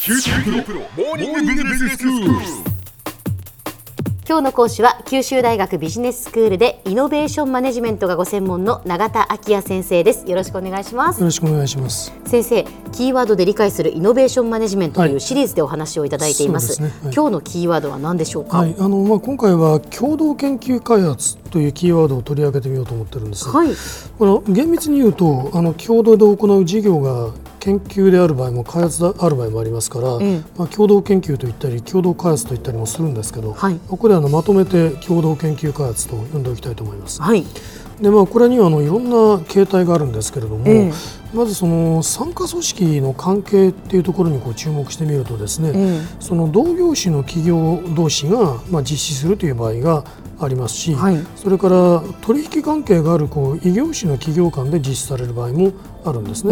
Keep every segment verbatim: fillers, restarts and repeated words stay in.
キューティープロモーニングビジネススクール。 今日の講師は九州大学ビジネススクールでイノベーションマネジメントがご専門の永田昭也先生です。よろしくお願いします。 よろしくお願いします。 先生、キーワードで理解するイノベーションマネジメントというシリーズでお話をいただいています。 はい、そうですね。はい、 今日のキーワードは何でしょうか。 はい、あのまあ、今回は共同研究開発というキーワードを取り上げてみようと思ってるんです。 はい、 この厳密に言うとあの共同で行う事業が研究である場合も開発である場合もありますから、うん、まあ、共同研究といったり共同開発といったりもするんですけど、はい、ここであのまとめて共同研究開発と呼んでおきたいと思います。はい、でまあ、これにはあのいろんな形態があるんですけれども、えー、まずその参加組織の関係っていうところにこう注目してみるとですね、えー、その同業種の企業同士がまあ実施するという場合がありますし、はい、それから取引関係があるこう異業種の企業間で実施される場合もあるんですね。うん、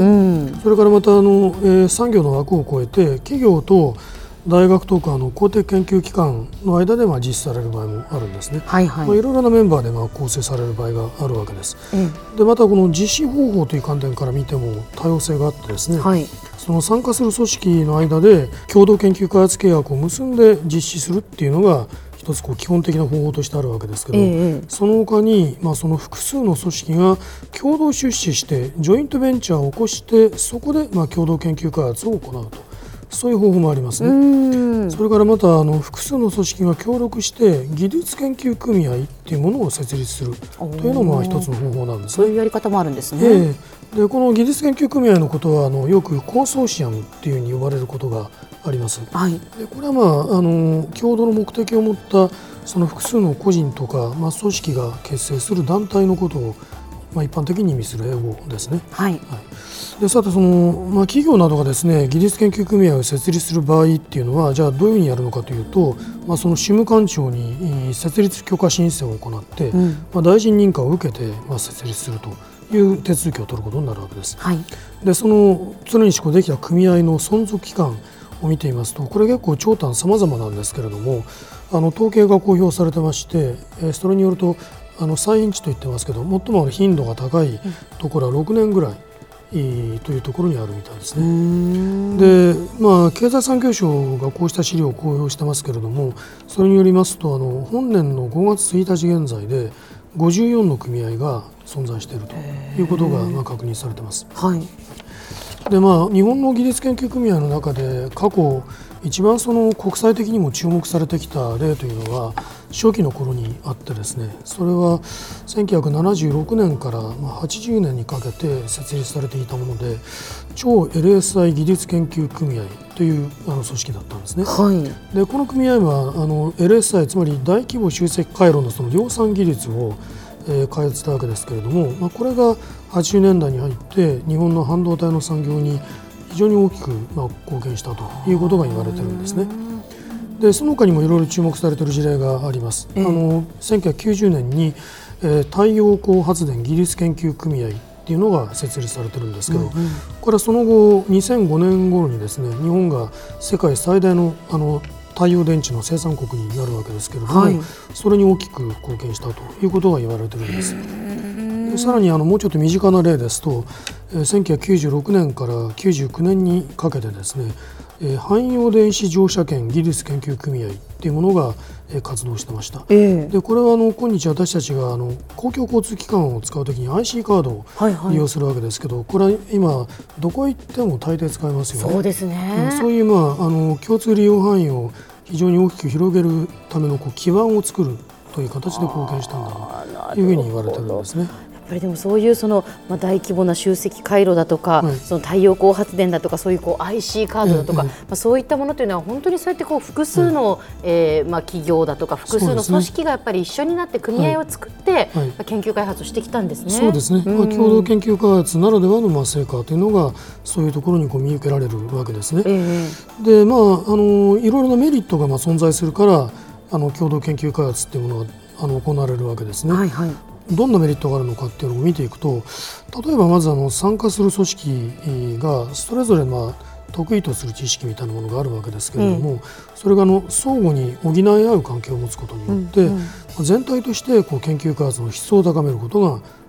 それからまたあの、えー、産業の枠を超えて企業と大学とかあの公的研究機関の間でまあ実施される場合もあるんですね。はいはい、まあ、いろいろなメンバーでまあ構成される場合があるわけです。うん、でまたこの実施方法という観点から見ても多様性があってですね、はい、その参加する組織の間で共同研究開発契約を結んで実施するっていうのが一つこう基本的な方法としてあるわけですけど、ええ、その他に、まあ、その複数の組織が共同出資してジョイントベンチャーを起こしてそこでまあ共同研究開発を行うと、そういう方法もありますね。それからまたあの複数の組織が協力して技術研究組合っていうものを設立するというのも一つの方法なんですね。 そういうやり方もあるんですね。 ええ、でこの技術研究組合のことはあのよくコンソーシアムっていうふうに呼ばれることがあります。はい、でこれは、まあ、あの共同の目的を持ったその複数の個人とか、まあ、組織が結成する団体のことを、まあ、一般的に意味する英語ですね。はいはい、でさてその、まあ、企業などがですね技術研究組合を設立する場合っていうのはじゃあどういうふうにやるのかというと、まあ、その事務官庁に設立許可申請を行って、うん、まあ、大臣認可を受けて、まあ、設立するという手続きを取ることになるわけです。はい、でそのそれに施行できた組合の存続期間を見ていますとこれ結構長短様々なんですけれども、あの統計が公表されてまして、それによるとあの最インチと言ってますけど最も頻度が高いところはろくねんぐらいというところにあるみたいですね。で、まあ、経済産業省がこうした資料を公表してますけれども、それによりますとあの本年のごがつついたち現在でごじゅうよんの組合が存在しているということがまあ確認されています。はい、でまあ、日本の技術研究組合の中で過去一番その国際的にも注目されてきた例というのは初期の頃にあってですね、それはせんきゅうひゃくななじゅうろくねんからはちじゅうねんにかけて設立されていたもので超 エルエスアイ 技術研究組合というあの組織だったんですね。はい、でこの組合はあの エルエスアイ つまり大規模集積回路のその量産技術をえー、開発したわけですけれども、まあ、これがはちじゅうねんだいに入って日本の半導体の産業に非常に大きく、まあ、貢献したということが言われているんですね。でその他にもいろいろ注目されている事例があります。えー、あのせんきゅうひゃくきゅうじゅうねんに、えー、太陽光発電技術研究組合っていうのが設立されているんですけど、うんうん、これはその後にせんごねん頃にですね日本が世界最大のあの太陽電池の生産国になるわけですけれども、はい、それに大きく貢献したということが言われているんです。でさらにあのもうちょっと身近な例ですと、えー、せんきゅうひゃくきゅうじゅうろくねんからきゅうじゅうきゅうねんにかけてですね、えー、汎用電子乗車券技術研究組合というものが、えー、活動してました。えー、でこれはあの今日私たちがあの公共交通機関を使うときに アイシー カードを利用するわけですけど、はいはい、これは今どこ行っても大抵使えますよね。そうですね。そういう、まあ、あの共通利用範囲を非常に大きく広げるためのこう基盤を作るという形で貢献したんだというふうに言われているんですね。 やっぱりでもそういうその、まあ、大規模な集積回路だとか、はい、その太陽光発電だとかそういうこう アイシー カードだとか、ええまあ、そういったものというのは本当にそうやってこう複数の、ええーまあ、企業だとか複数の組織がやっぱり一緒になって組合を作って、はいはいまあ、研究開発をしてきたんですね。 そうですね、まあ、共同研究開発ならではのまあ成果というのがそういうところにこう見受けられるわけですね。ええ、でまあ、あのいろいろなメリットがまあ存在するからあの共同研究開発というものがあの行われるわけですね。はいはい、どんなメリットがあるのかっていうのを見ていくと、例えばまずあの参加する組織がそれぞれまあ得意とする知識みたいなものがあるわけですけれども、うん、それがあの相互に補い合う関係を持つことによって、うんうん、全体としてこう研究開発の質を高めることが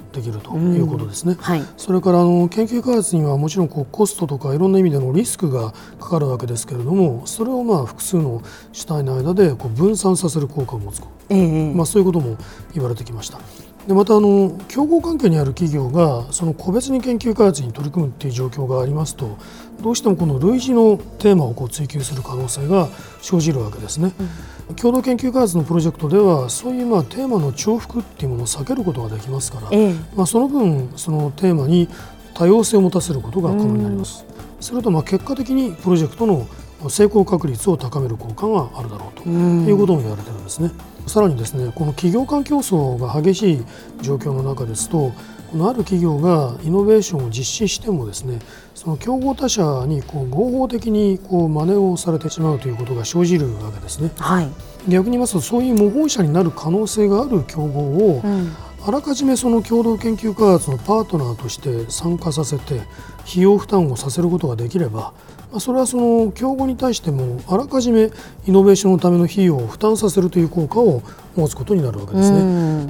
できるということですね、 はい、 それからあの研究開発にはもちろんこうコストとかいろんな意味でのリスクがかかるわけですけれども、それをまあ複数の主体の間でこう分散させる効果を持つ、えーまあ、そういうことも言われてきました。でまたあの競合関係にある企業がその個別に研究開発に取り組むという状況がありますと、どうしてもこの類似のテーマをこう追求する可能性が生じるわけですね、うん、共同研究開発のプロジェクトではそういうまあテーマの重複っていうものを避けることができますから、ええまあ、その分そのテーマに多様性を持たせることが可能になります。するとまあ結果的にプロジェクトの成功確率を高める効果があるだろうということも言われているんですね。さらにですね、この企業間競争が激しい状況の中ですと、このある企業がイノベーションを実施してもですね、その競合他社にこう合法的にこう真似をされてしまうということが生じるわけですね、はい、逆に言いますとそういう模倣者になる可能性がある競合を、うん、あらかじめその共同研究開発のパートナーとして参加させて費用負担をさせることができれば、それはその競合に対してもあらかじめイノベーションのための費用を負担させるという効果を持つことになるわけですね、うん、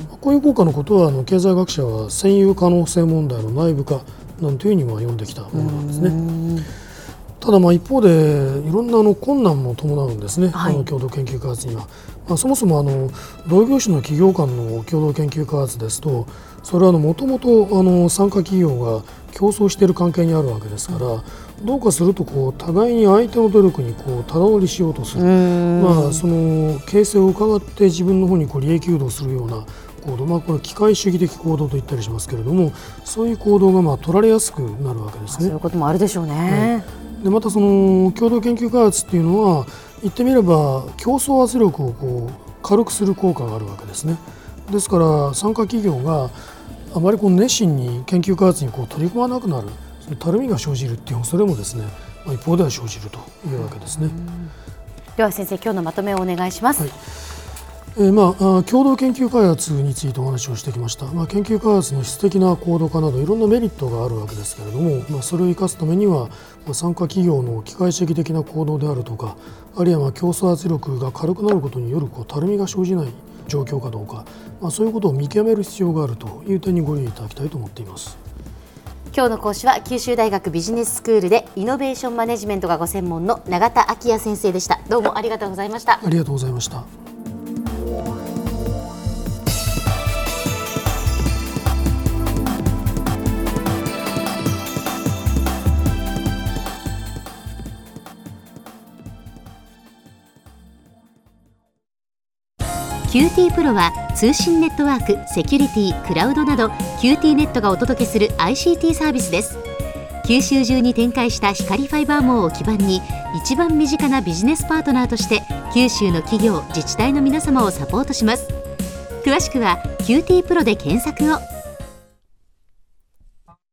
こういう効果のことはあの経済学者は占有可能性問題の内部化なんていうふうには呼んできたものなんですね、うん、ただまあ一方でいろんなあの困難も伴うんですね、はい、あの共同研究開発には、まあ、そもそもあの同業種の企業間の共同研究開発ですと、それはもともと参加企業が競争している関係にあるわけですから、うんどうかするとこう互いに相手の努力にこうただ乗りしようとする、まあ、その形勢を伺って自分の方にこう利益誘導するような行動、まあ、これ機械主義的行動と言ったりしますけれども、そういう行動がまあ取られやすくなるわけですね。 そういうこともあるでしょうね、 はい、でまたその共同研究開発っていうのは言ってみれば競争圧力をこう軽くする効果があるわけですね。ですから参加企業があまりこう熱心に研究開発にこう取り組まなくなる、たるみが生じるっていう恐れもですね、まあ、一方では生じるというわけですね。 では先生、今日のまとめをお願いします。 はい、えーまあ、共同研究開発についてお話をしてきました、まあ、研究開発の質的な行動化などいろんなメリットがあるわけですけれども、まあ、それを生かすためには、まあ、参加企業の機械主義的な行動であるとか、あるいはまあ競争圧力が軽くなることによるこうたるみが生じない状況かどうか、まあ、そういうことを見極める必要があるという点にご留意いただきたいと思っています。 今日の講師は九州大学ビジネススクールでイノベーションマネジメントがご専門の永田昭也先生でした。どうもありがとうございました。 ありがとうございました。 キューティー プロは通信ネットワーク、セキュリティ、クラウドなど キューティー ネットがお届けする アイシーティー サービスです。九州中に展開した光ファイバー網を基盤に一番身近なビジネスパートナーとして九州の企業、自治体の皆様をサポートします。詳しくは キューティー プロで検索を。